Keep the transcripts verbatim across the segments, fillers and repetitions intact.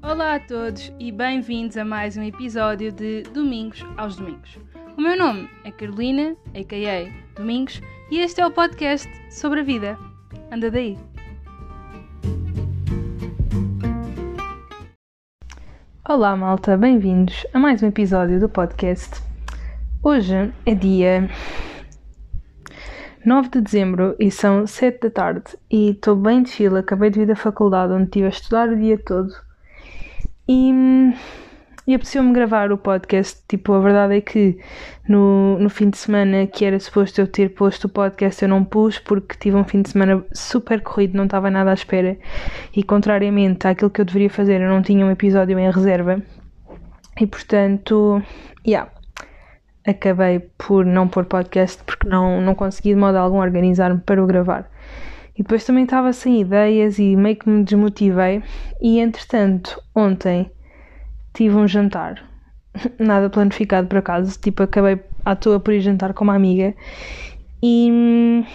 Olá a todos e bem-vindos a mais um episódio de Domingos aos Domingos. O meu nome é Carolina, a k a. Domingos, e este é o podcast sobre a vida. Anda daí! Olá malta, bem-vindos a mais um episódio do podcast. Hoje é dia nove de dezembro e são sete da tarde e estou bem de fila, acabei de vir da faculdade onde estive a estudar o dia todo e, e apeteceu-me gravar o podcast. Tipo, a verdade é que no, no fim de semana que era suposto eu ter posto o podcast eu não pus porque tive um fim de semana super corrido, não estava nada à espera e contrariamente àquilo que eu deveria fazer eu não tinha um episódio em reserva e portanto, yeah, acabei por não pôr podcast porque não, não consegui de modo algum organizar-me para o gravar. E depois também estava sem ideias e meio que me desmotivei. E entretanto, ontem tive um jantar, nada planificado por acaso, tipo acabei à toa por ir jantar com uma amiga. E,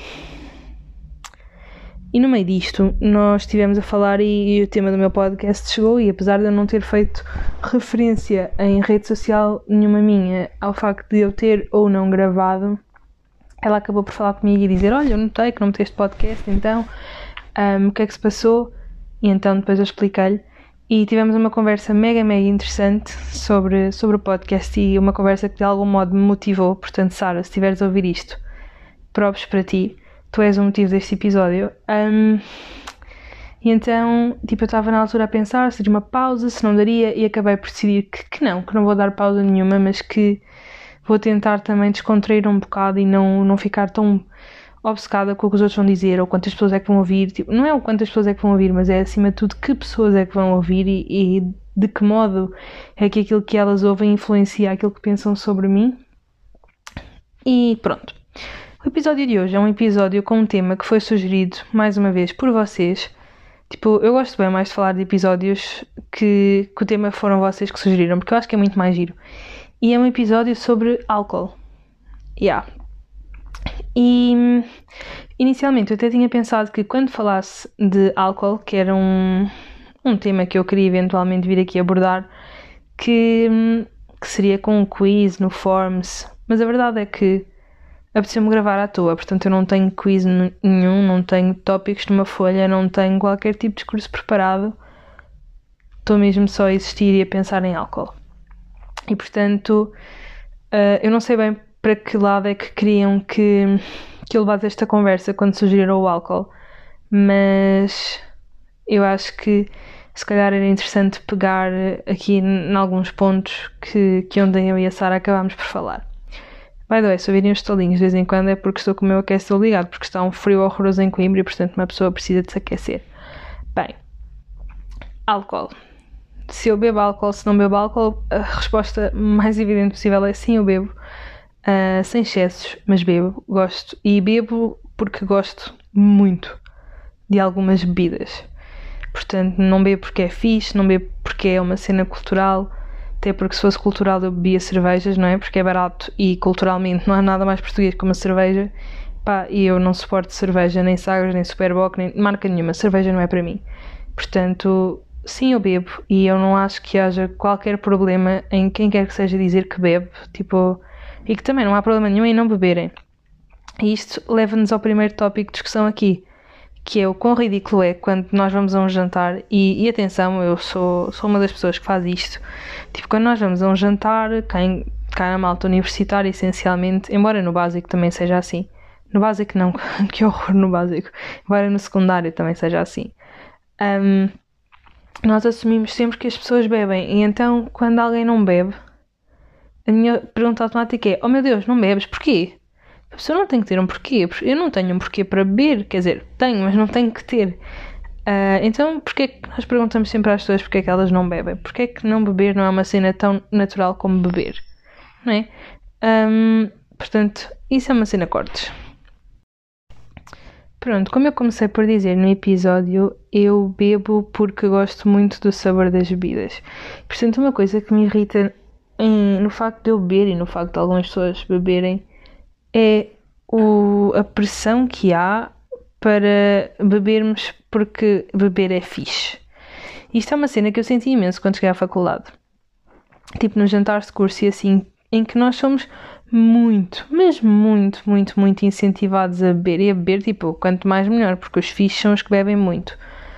e no meio disto nós estivemos a falar e, e o tema do meu podcast chegou e apesar de eu não ter feito referência em rede social nenhuma minha ao facto de eu ter ou não gravado, ela acabou por falar comigo e dizer: olha, eu notei que não meteste podcast, então um, o que é que se passou? E então depois eu expliquei-lhe e tivemos uma conversa mega, mega interessante sobre, sobre o podcast e uma conversa que de algum modo me motivou. Portanto, Sara, se estiveres a ouvir isto, props para ti, tu és o motivo deste episódio. Um, e então, tipo, eu estava na altura a pensar se daria uma pausa, se não daria, e acabei por decidir que, que não, que não vou dar pausa nenhuma, mas que vou tentar também descontrair um bocado e não, não ficar tão obcecada com o que os outros vão dizer ou quantas pessoas é que vão ouvir. Tipo, não é o quantas pessoas é que vão ouvir, mas é acima de tudo que pessoas é que vão ouvir e, e de que modo é que aquilo que elas ouvem influencia aquilo que pensam sobre mim. E pronto. O episódio de hoje é um episódio com um tema que foi sugerido mais uma vez por vocês. Tipo, eu gosto bem mais de falar de episódios que, que o tema foram vocês que sugeriram, porque eu acho que é muito mais giro. E é um episódio sobre álcool. Yeah. E inicialmente eu até tinha pensado que quando falasse de álcool, que era um, um tema que eu queria eventualmente vir aqui abordar, que, que seria com um quiz no Forms, mas a verdade é que apeteceu-me gravar à toa, portanto eu não tenho quiz nenhum, não tenho tópicos numa folha, não tenho qualquer tipo de discurso preparado, estou mesmo só a existir e a pensar em álcool. E portanto, uh, eu não sei bem para que lado é que queriam que, que eu levasse esta conversa quando sugeriram o álcool, mas eu acho que se calhar era interessante pegar aqui em alguns pontos que, que ontem eu e a Sara acabámos por falar. By the way, se ouvirem os estalinhos de vez em quando é porque estou com o meu aquecedor ligado, porque está um frio horroroso em Coimbra e portanto uma pessoa precisa de se aquecer. Bem, álcool. Se eu bebo álcool, se não bebo álcool, a resposta mais evidente possível é sim, eu bebo, uh, sem excessos, mas bebo, gosto, e bebo porque gosto muito de algumas bebidas. Portanto, não bebo porque é fixe, não bebo porque é uma cena cultural, até porque se fosse cultural eu bebia cervejas, não é? Porque é barato e culturalmente não há nada mais português que uma cerveja. Pá, e eu não suporto cerveja, nem Sagres, nem Superboc, nem marca nenhuma, cerveja não é para mim. Portanto, sim, eu bebo e eu não acho que haja qualquer problema em quem quer que seja dizer que bebe, tipo, e que também não há problema nenhum em não beberem. E isto leva-nos ao primeiro tópico de discussão aqui, que é o quão ridículo é quando nós vamos a um jantar, e, e atenção, eu sou, sou uma das pessoas que faz isto, tipo, quando nós vamos a um jantar, quem, cá na malta universitária essencialmente, embora no básico também seja assim, no básico não, que horror no básico, embora no secundário também seja assim, um, nós assumimos sempre que as pessoas bebem e então quando alguém não bebe, a minha pergunta automática é: oh meu Deus, não bebes, porquê? A pessoa não tem que ter um porquê, eu não tenho um porquê para beber, quer dizer, tenho, mas não tenho que ter. Uh, então porquê que nós perguntamos sempre às pessoas porque é que elas não bebem? Porquê é que não beber não é uma cena tão natural como beber? Não é? Um, portanto, isso é uma cena cortes. Pronto, como eu comecei por dizer no episódio, eu bebo porque gosto muito do sabor das bebidas. Portanto, uma coisa que me irrita em, no facto de eu beber e no facto de algumas pessoas beberem é o, a pressão que há para bebermos porque beber é fixe. Isto é uma cena que eu senti imenso quando cheguei à faculdade. Tipo, nos jantares de curso e assim, em que nós somos muito, mas muito, muito, muito incentivados a beber. E a beber, tipo, quanto mais melhor, porque os fixos são os que bebem muito.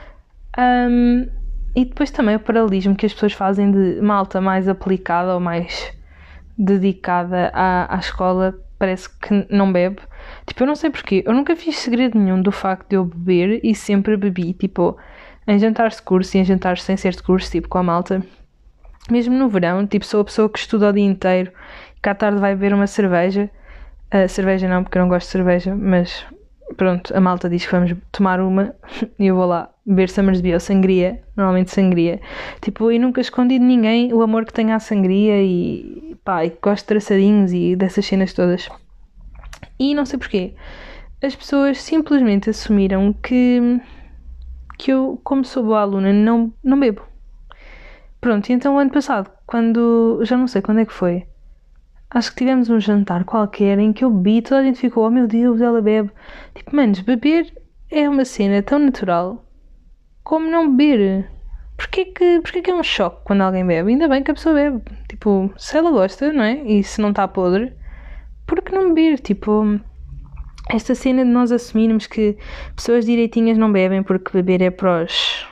Um, e depois também o paralelismo que as pessoas fazem de malta mais aplicada ou mais dedicada à, à escola, parece que não bebe. Tipo, eu não sei porquê. Eu nunca fiz segredo nenhum do facto de eu beber e sempre bebi. Tipo, em jantares de curso e em jantares sem ser de curso, tipo, com a malta. Mesmo no verão, tipo, sou a pessoa que estuda o dia inteiro, que à tarde vai beber uma cerveja. Uh, cerveja não, porque eu não gosto de cerveja, mas pronto, a malta diz que vamos tomar uma e eu vou lá beber Summersby ou sangria, normalmente sangria. Tipo, e nunca escondi de ninguém o amor que tenho à sangria e pá, e gosto de traçadinhos e dessas cenas todas. E não sei porquê, as pessoas simplesmente assumiram que, que eu, como sou boa aluna, não, não bebo. Pronto, e então o ano passado, quando, já não sei quando é que foi, acho que tivemos um jantar qualquer em que eu bebi e toda a gente ficou, oh meu Deus, ela bebe. Tipo, manos, beber é uma cena tão natural como não beber. Porquê que, porquê que é um choque quando alguém bebe? Ainda bem que a pessoa bebe. Tipo, se ela gosta, não é? E se não está podre, por que não beber? Tipo, esta cena de nós assumirmos que pessoas direitinhas não bebem porque beber é para os,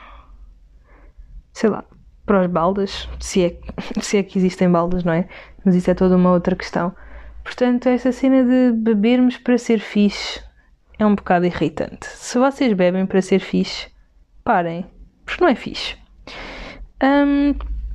sei lá, para os baldas, se é, se é que existem baldas, não é? Mas isso é toda uma outra questão. Portanto, essa cena de bebermos para ser fixe é um bocado irritante. Se vocês bebem para ser fixe, parem, porque não é fixe. Um,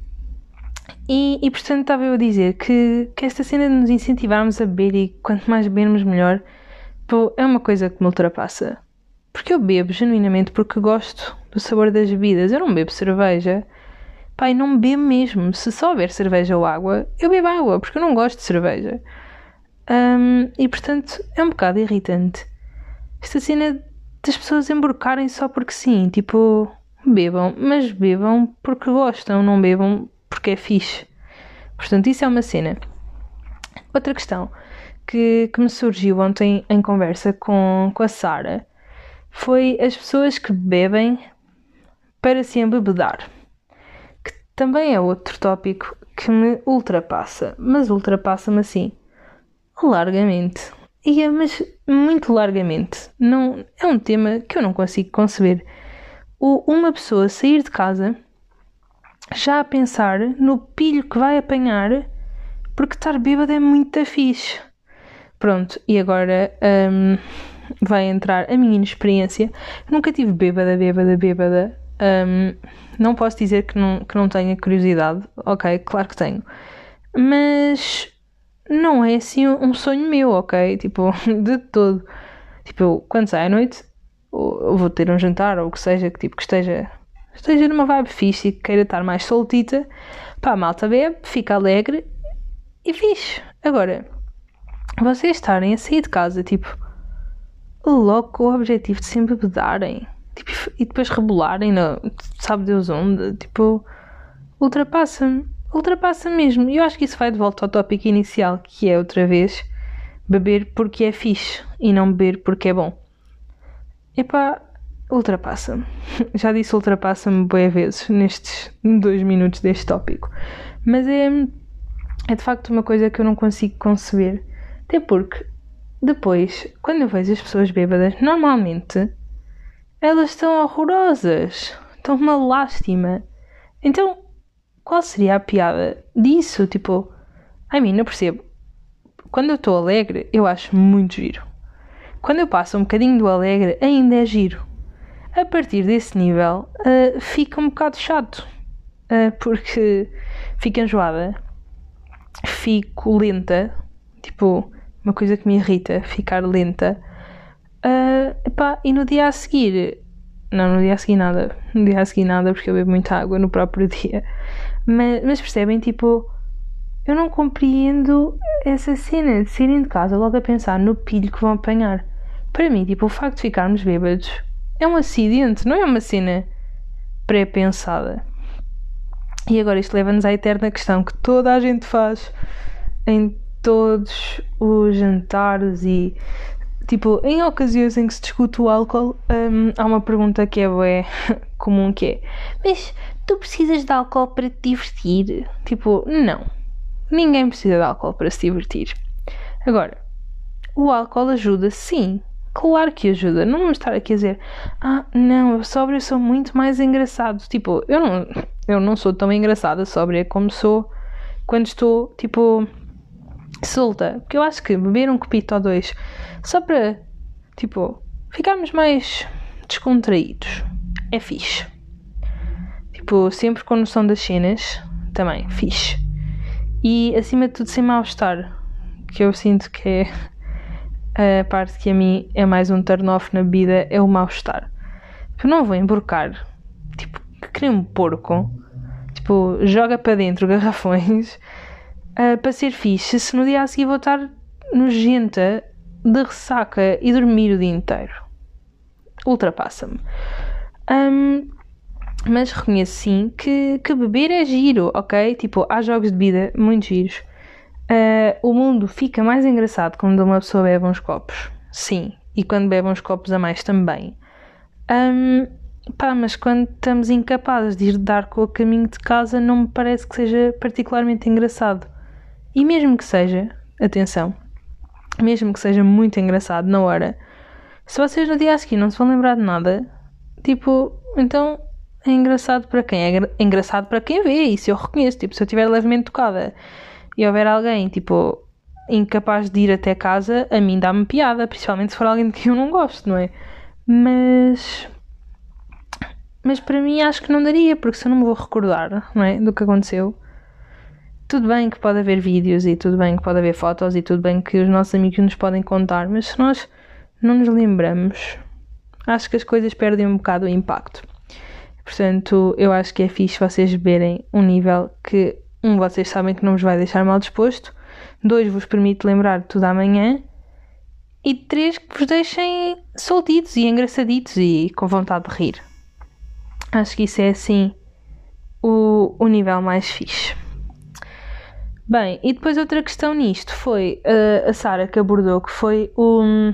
e, e, portanto, estava eu a dizer que, que esta cena de nos incentivarmos a beber e quanto mais bebermos melhor, pô, é uma coisa que me ultrapassa. Porque eu bebo genuinamente porque gosto do sabor das bebidas. Eu não bebo cerveja. Pai, não bebo mesmo. Se só houver cerveja ou água, eu bebo água, porque eu não gosto de cerveja. Um, e, portanto, é um bocado irritante. Esta cena das pessoas emborcarem só porque sim. Tipo, bebam, mas bebam porque gostam, não bebam porque é fixe. Portanto, isso é uma cena. Outra questão que, que me surgiu ontem em conversa com, com a Sara foi as pessoas que bebem para se embebedar. Também é outro tópico que me ultrapassa, mas ultrapassa-me assim, largamente. E é, mas muito largamente. Não, é um tema que eu não consigo conceber. O, uma pessoa sair de casa já a pensar no pilho que vai apanhar porque estar bêbada é muito fixe. Pronto, e agora hum, vai entrar a minha inexperiência. Nunca tive bêbada, bêbada, bêbada. Um, não posso dizer que não, que não tenha curiosidade. Ok, claro que tenho. Mas não é assim um sonho meu, ok? Tipo, de todo. Tipo, eu, quando saio à noite, ou vou ter um jantar, ou o que seja, que, tipo, que esteja, esteja numa vibe fixe e que queira estar mais soltita, pá, a malta bebe, fica alegre e fixe. Agora, vocês estarem a sair de casa, tipo, logo com o objetivo de se embebedarem, tipo, e depois rebolarem, não, sabe Deus onde, tipo, ultrapassa-me, ultrapassa mesmo. E eu acho que isso vai de volta ao tópico inicial, que é outra vez beber porque é fixe e não beber porque é bom. Epá, ultrapassa-me. Já disse ultrapassa-me boas vezes nestes dois minutos deste tópico. Mas é, é de facto uma coisa que eu não consigo conceber. Até porque depois, quando eu vejo as pessoas bêbadas, normalmente elas estão horrorosas. Estão uma lástima. Então, qual seria a piada disso? Tipo, I mean, eu percebo. Quando eu estou alegre, eu acho muito giro. Quando eu passo um bocadinho do alegre, ainda é giro. A partir desse nível, uh, fica um bocado chato. Uh, porque fico enjoada. Fico lenta. Tipo, uma coisa que me irrita, ficar lenta. Uh, epá, e no dia a seguir... Não, no dia a seguir nada. No dia a seguir nada, porque eu bebo muita água no próprio dia. Mas, mas percebem, tipo... Eu não compreendo essa cena de saírem de casa logo a pensar no pilho que vão apanhar. Para mim, tipo, o facto de ficarmos bêbados é um acidente, não é uma cena pré-pensada. E agora isto leva-nos à eterna questão que toda a gente faz em todos os jantares e, tipo, em ocasiões em que se discute o álcool, hum, há uma pergunta que é bué comum, que é: mas tu precisas de álcool para te divertir. Tipo, não. Ninguém precisa de álcool para se divertir. Agora, o álcool ajuda, sim. Claro que ajuda. Não vamos estar aqui a dizer, ah, não, eu sóbrio sou muito mais engraçado. Tipo, eu não, eu não sou tão engraçada sóbria como sou quando estou, tipo, solta. Porque eu acho que beber um copito ou dois só para, tipo, ficarmos mais descontraídos é fixe. Tipo, sempre com noção das cenas, também, fixe. E, acima de tudo, sem mal-estar, que eu sinto que é a parte que a mim é mais um turn-off na bebida, é o mal-estar. Eu não vou emborcar, tipo, que nem um porco, tipo, joga para dentro garrafões uh, para ser fixe, se no dia a seguir vou estar nojenta, de ressaca e dormir o dia inteiro. Ultrapassa-me. Um, mas reconheço sim que, que beber é giro, ok? Tipo, há jogos de bebida muito giros. Uh, o mundo fica mais engraçado quando uma pessoa bebe uns copos, sim, e quando bebe uns copos a mais também. Um, pá, mas quando estamos incapazes de ir dar com o caminho de casa, não me parece que seja particularmente engraçado. E mesmo que seja, atenção, mesmo que seja muito engraçado na hora, se vocês no dia a seguir não se vão lembrar de nada, tipo, então é engraçado para quem? É gra- engraçado para quem vê, isso eu reconheço. Tipo, se eu estiver levemente tocada e houver alguém, tipo, incapaz de ir até casa, a mim dá-me piada, principalmente se for alguém de quem eu não gosto, não é? Mas... Mas para mim acho que não daria, porque se eu não me vou recordar, não é, do que aconteceu, tudo bem que pode haver vídeos e tudo bem que pode haver fotos e tudo bem que os nossos amigos nos podem contar, mas se nós não nos lembramos, acho que as coisas perdem um bocado o impacto. Portanto, eu acho que é fixe vocês beberem um nível que, um, vocês sabem que não vos vai deixar mal disposto, dois, vos permite lembrar de tudo amanhã, e três, que vos deixem soltitos e engraçaditos e com vontade de rir. Acho que isso é assim o, o nível mais fixe. Bem, e depois outra questão nisto foi uh, a Sara que abordou, que foi o,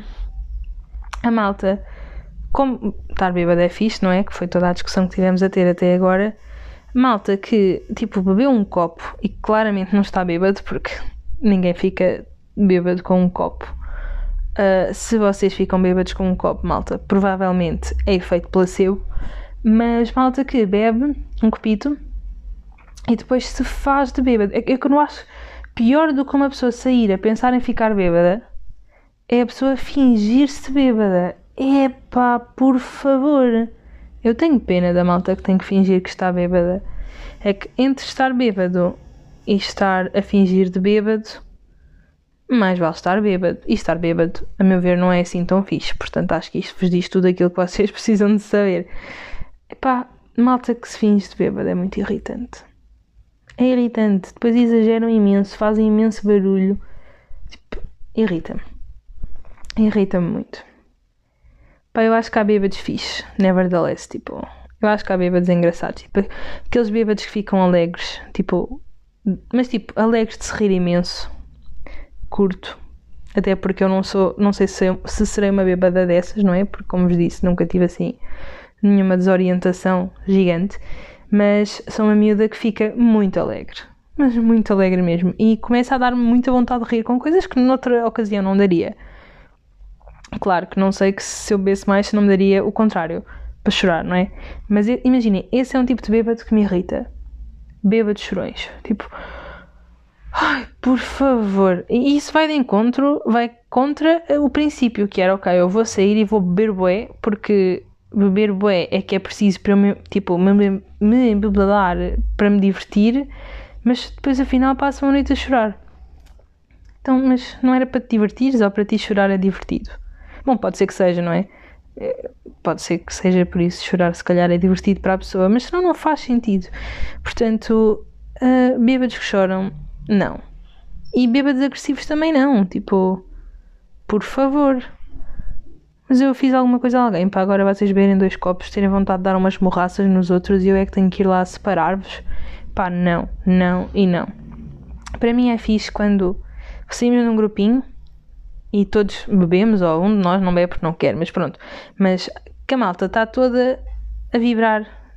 a malta. Como estar bêbada é fixe, não é? Que foi toda a discussão que tivemos a ter até agora. Malta que, tipo, bebeu um copo e claramente não está bêbado, porque ninguém fica bêbado com um copo. Uh, se vocês ficam bêbados com um copo, malta, provavelmente é efeito placebo. Mas malta que bebe um copito e depois se faz de bêbado. É que eu não acho pior do que uma pessoa sair a pensar em ficar bêbada, é a pessoa fingir-se bêbada. Epá, por favor. Eu tenho pena da malta que tem que fingir que está bêbada. É que entre estar bêbado e estar a fingir de bêbado, mais vale estar bêbado. E estar bêbado, a meu ver, não é assim tão fixe. Portanto, acho que isto vos diz tudo aquilo que vocês precisam de saber. Epá, malta que se finge de bêbado é muito irritante. É irritante. Depois exageram imenso, fazem imenso barulho. Tipo, irrita-me. Irrita-me muito. Pá, eu acho que há bêbados fixe, nevertheless, tipo, eu acho que há bêbados engraçados, tipo, aqueles bêbados que ficam alegres, tipo, mas tipo, alegres de se rir imenso, curto, até porque eu não sou, não sei se, se serei uma bêbada dessas, não é? Porque, como vos disse, nunca tive assim nenhuma desorientação gigante, mas sou uma miúda que fica muito alegre, mas muito alegre mesmo, e começa a dar-me muita vontade de rir com coisas que noutra ocasião não daria. Claro que não sei que se eu bebesse mais se não me daria o contrário, para chorar, não é? Mas imaginem, esse é um tipo de bêbado que me irrita. Bêbados chorões. Tipo, ai, por favor. E isso vai de encontro, vai contra o princípio que era, ok, eu vou sair e vou beber bué, porque beber bué é que é preciso para me, tipo, me, me embebelar, para me divertir, mas depois afinal passo uma noite a chorar. Então, mas não era para te divertires ou para ti chorar é divertido? Bom, pode ser que seja, não é? Pode ser que seja por isso, chorar se calhar é divertido para a pessoa, mas senão não faz sentido. Portanto, uh, bêbados que choram, não. E bêbados agressivos também não, tipo, por favor. Mas eu fiz alguma coisa a alguém, para agora vocês beberem dois copos, terem vontade de dar umas morraças nos outros e eu é que tenho que ir lá separar-vos. Pá, não, não e não. Para mim é fixe quando saímos num grupinho e todos bebemos, ou um de nós não bebe porque não quer, mas pronto. Mas que a malta está toda a vibrar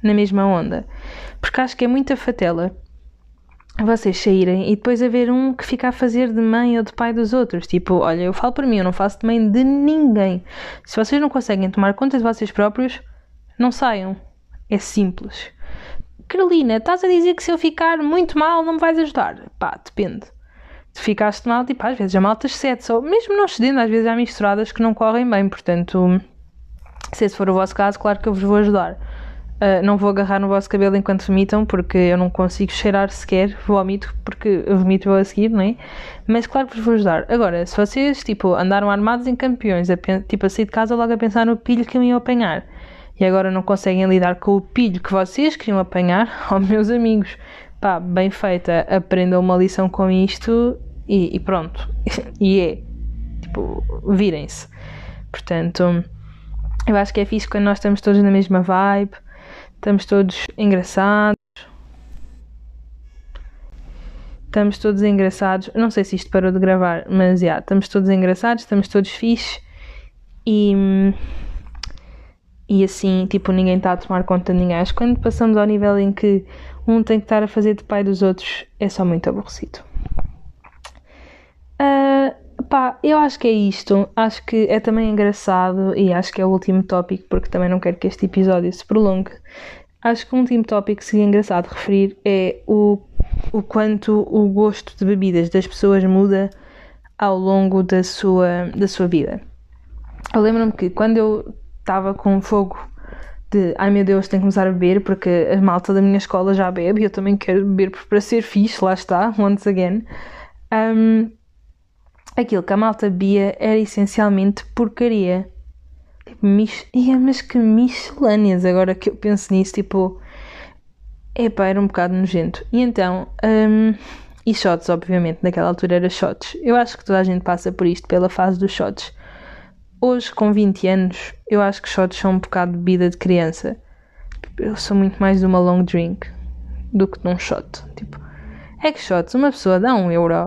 na mesma onda. Porque acho que é muita fatela vocês saírem e depois haver um que fica a fazer de mãe ou de pai dos outros. Tipo, olha, eu falo para mim, eu não faço de mãe de ninguém. Se vocês não conseguem tomar conta de vocês próprios, não saiam. É simples. Carolina, estás a dizer que se eu ficar muito mal não me vais ajudar? Pá, depende. Se ficaste mal, tipo, às vezes a malta excede, ou mesmo não cedendo, às vezes há misturadas que não correm bem, portanto, se esse for o vosso caso, claro que eu vos vou ajudar. Uh, não vou agarrar no vosso cabelo enquanto vomitam, porque eu não consigo cheirar sequer vómito, porque eu vomito a seguir, não é? Mas claro que vos vou ajudar. Agora, se vocês, tipo, andaram armados em campeões, a, tipo, a sair de casa logo a pensar no pilho que iam apanhar, e agora não conseguem lidar com o pilho que vocês queriam apanhar, ó, meus amigos, pá, bem feita, aprendam uma lição com isto e, e pronto. E é, tipo, virem-se. Portanto, eu acho que é fixe quando nós estamos todos na mesma vibe, estamos todos engraçados, estamos todos engraçados, não sei se isto parou de gravar, mas já, yeah, estamos todos engraçados, estamos todos fixe e... E assim, tipo, ninguém está a tomar conta de ninguém. Acho que quando passamos ao nível em que um tem que estar a fazer de pai dos outros, é só muito aborrecido. Uh, pá, eu acho que é isto. Acho que é também engraçado e acho que é o último tópico, porque também não quero que este episódio se prolongue. Acho que o último tópico que seria engraçado referir é o, o quanto o gosto de bebidas das pessoas muda ao longo da sua, da sua vida. Eu lembro-me que quando eu estava com fogo de ai meu Deus, tenho que começar a beber porque a malta da minha escola já bebe e eu também quero beber para ser fixe, lá está, once again. Um, aquilo que a malta bebia era essencialmente porcaria. Tipo, mich... Ia, mas que miscelâneas, agora que eu penso nisso, tipo, epá, era um bocado nojento. E então, um, e shots, obviamente, naquela altura era shots. Eu acho que toda a gente passa por isto, pela fase dos shots. Hoje, com vinte anos, eu acho que shots são um bocado de bebida de criança. Eu sou muito mais de uma long drink do que de um shot. Tipo, é que shots, uma pessoa dá um euro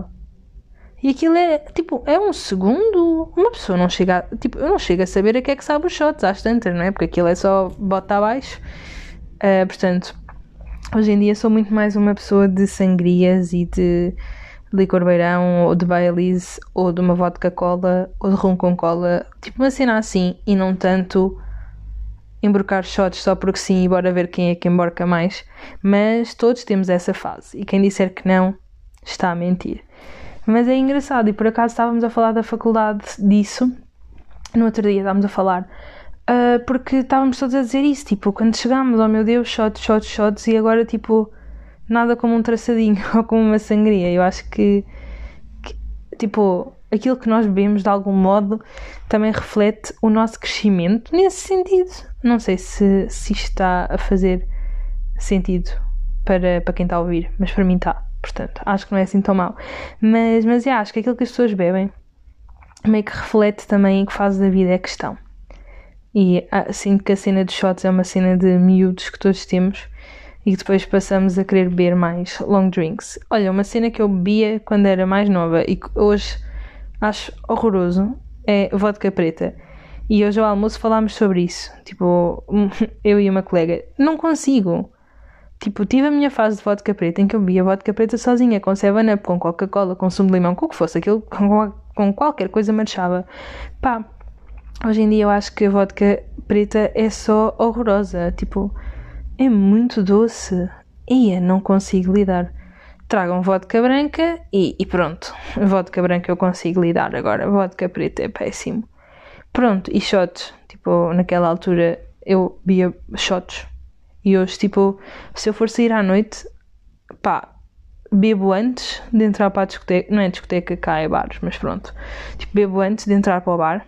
e aquilo é, tipo, é um segundo. Uma pessoa não chega a, tipo, eu não chego a saber a que é que sabe os shots às tantas, não é? Porque aquilo é só bota abaixo. Uh, portanto, hoje em dia sou muito mais uma pessoa de sangrias e de licor beirão, ou de Baileys, ou de uma vodka cola, ou de rum com cola, tipo uma cena assim, e não tanto embrocar shots só porque sim e bora ver quem é que emborca mais. Mas todos temos essa fase, e quem disser que não está a mentir. Mas é engraçado, e por acaso estávamos a falar da faculdade disso no outro dia, estávamos a falar uh, porque estávamos todos a dizer isso, tipo, quando chegámos, oh meu Deus, shots, shots, shots, e agora tipo nada como um traçadinho ou como uma sangria. Eu acho que, que, tipo, aquilo que nós bebemos de algum modo também reflete o nosso crescimento nesse sentido. Não sei se, se isto está a fazer sentido para, para quem está a ouvir, mas para mim está. Portanto, acho que não é assim tão mau. Mas, mas yeah, acho que aquilo que as pessoas bebem meio que reflete também em que fase da vida é que estão. E ah, sinto que a cena de shots é uma cena de miúdos que todos temos, e depois passamos a querer beber mais long drinks. Olha, uma cena que eu bebia quando era mais nova e que hoje acho horroroso é vodka preta. E hoje ao almoço falámos sobre isso. Tipo, eu e uma colega. Não consigo. Tipo, tive a minha fase de vodka preta em que eu bebia vodka preta sozinha, com seven up, com Coca-Cola, com sumo de limão, com o que fosse. Aquilo, com, com qualquer coisa marchava. Pá, hoje em dia eu acho que a vodka preta é só horrorosa. Tipo, é muito doce. E eu não consigo lidar. Tragam vodka branca e, e pronto. Vodka branca eu consigo lidar. Agora, vodka preta é péssimo. Pronto, e shots. Tipo, naquela altura eu bebia shots. E hoje, tipo, se eu for sair à noite, pá, bebo antes de entrar para a discoteca. Não é discoteca, cá é bares, mas pronto. Tipo, bebo antes de entrar para o bar.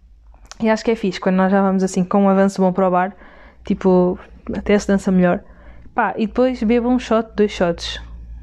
E acho que é fixe quando nós já vamos assim com um avanço bom para o bar. Tipo, até se dança melhor. Pá, e depois bebo um shot, dois shots.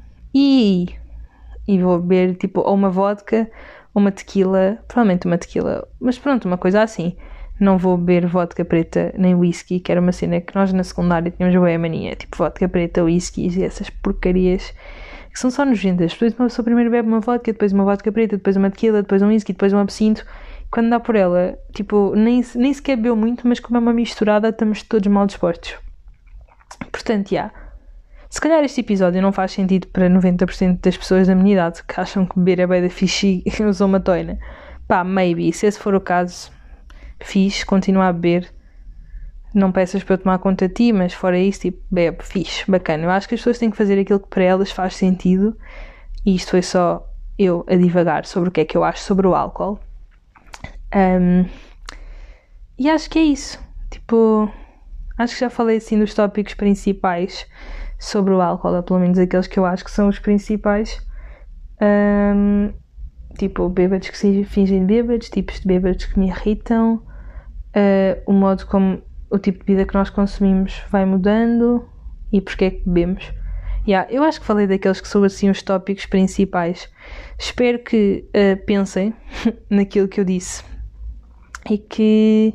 E, e vou beber, tipo, ou uma vodka, ou uma tequila. Provavelmente uma tequila. Mas pronto, uma coisa assim. Não vou beber vodka preta nem whisky, que era uma cena que nós na secundária tínhamos boa mania. Tipo, vodka preta, whisky e essas porcarias que são só nojentas. Depois uma pessoa primeiro bebe uma vodka, depois uma vodka preta, depois uma tequila, depois um whisky, depois um absinto. Quando dá por ela, tipo, nem, nem sequer bebeu muito, mas como é uma misturada, estamos todos mal dispostos. Portanto, já. Yeah. Se calhar este episódio não faz sentido para noventa por cento das pessoas da minha idade que acham que beber é bem da fixe e usam uma toina. Pá, maybe. Se esse for o caso, fixe, continua a beber. Não peças para eu tomar conta de ti, mas fora isso, tipo, bebe, fixe, bacana. Eu acho que as pessoas têm que fazer aquilo que para elas faz sentido. E isto foi só eu a divagar sobre o que é que eu acho sobre o álcool. Um, e acho que é isso. Tipo, acho que já falei assim dos tópicos principais sobre o álcool, ou pelo menos aqueles que eu acho que são os principais. Um, tipo, bêbados que se fingem bêbados, tipos de bêbados que me irritam, uh, o modo como o tipo de vida que nós consumimos vai mudando e porque é que bebemos. Yeah, eu acho que falei daqueles que são assim os tópicos principais. Espero que uh, pensem naquilo que eu disse e que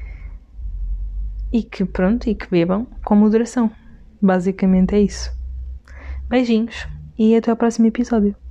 e que pronto, e que bebam com moderação. Basicamente é isso. Beijinhos e até ao próximo episódio.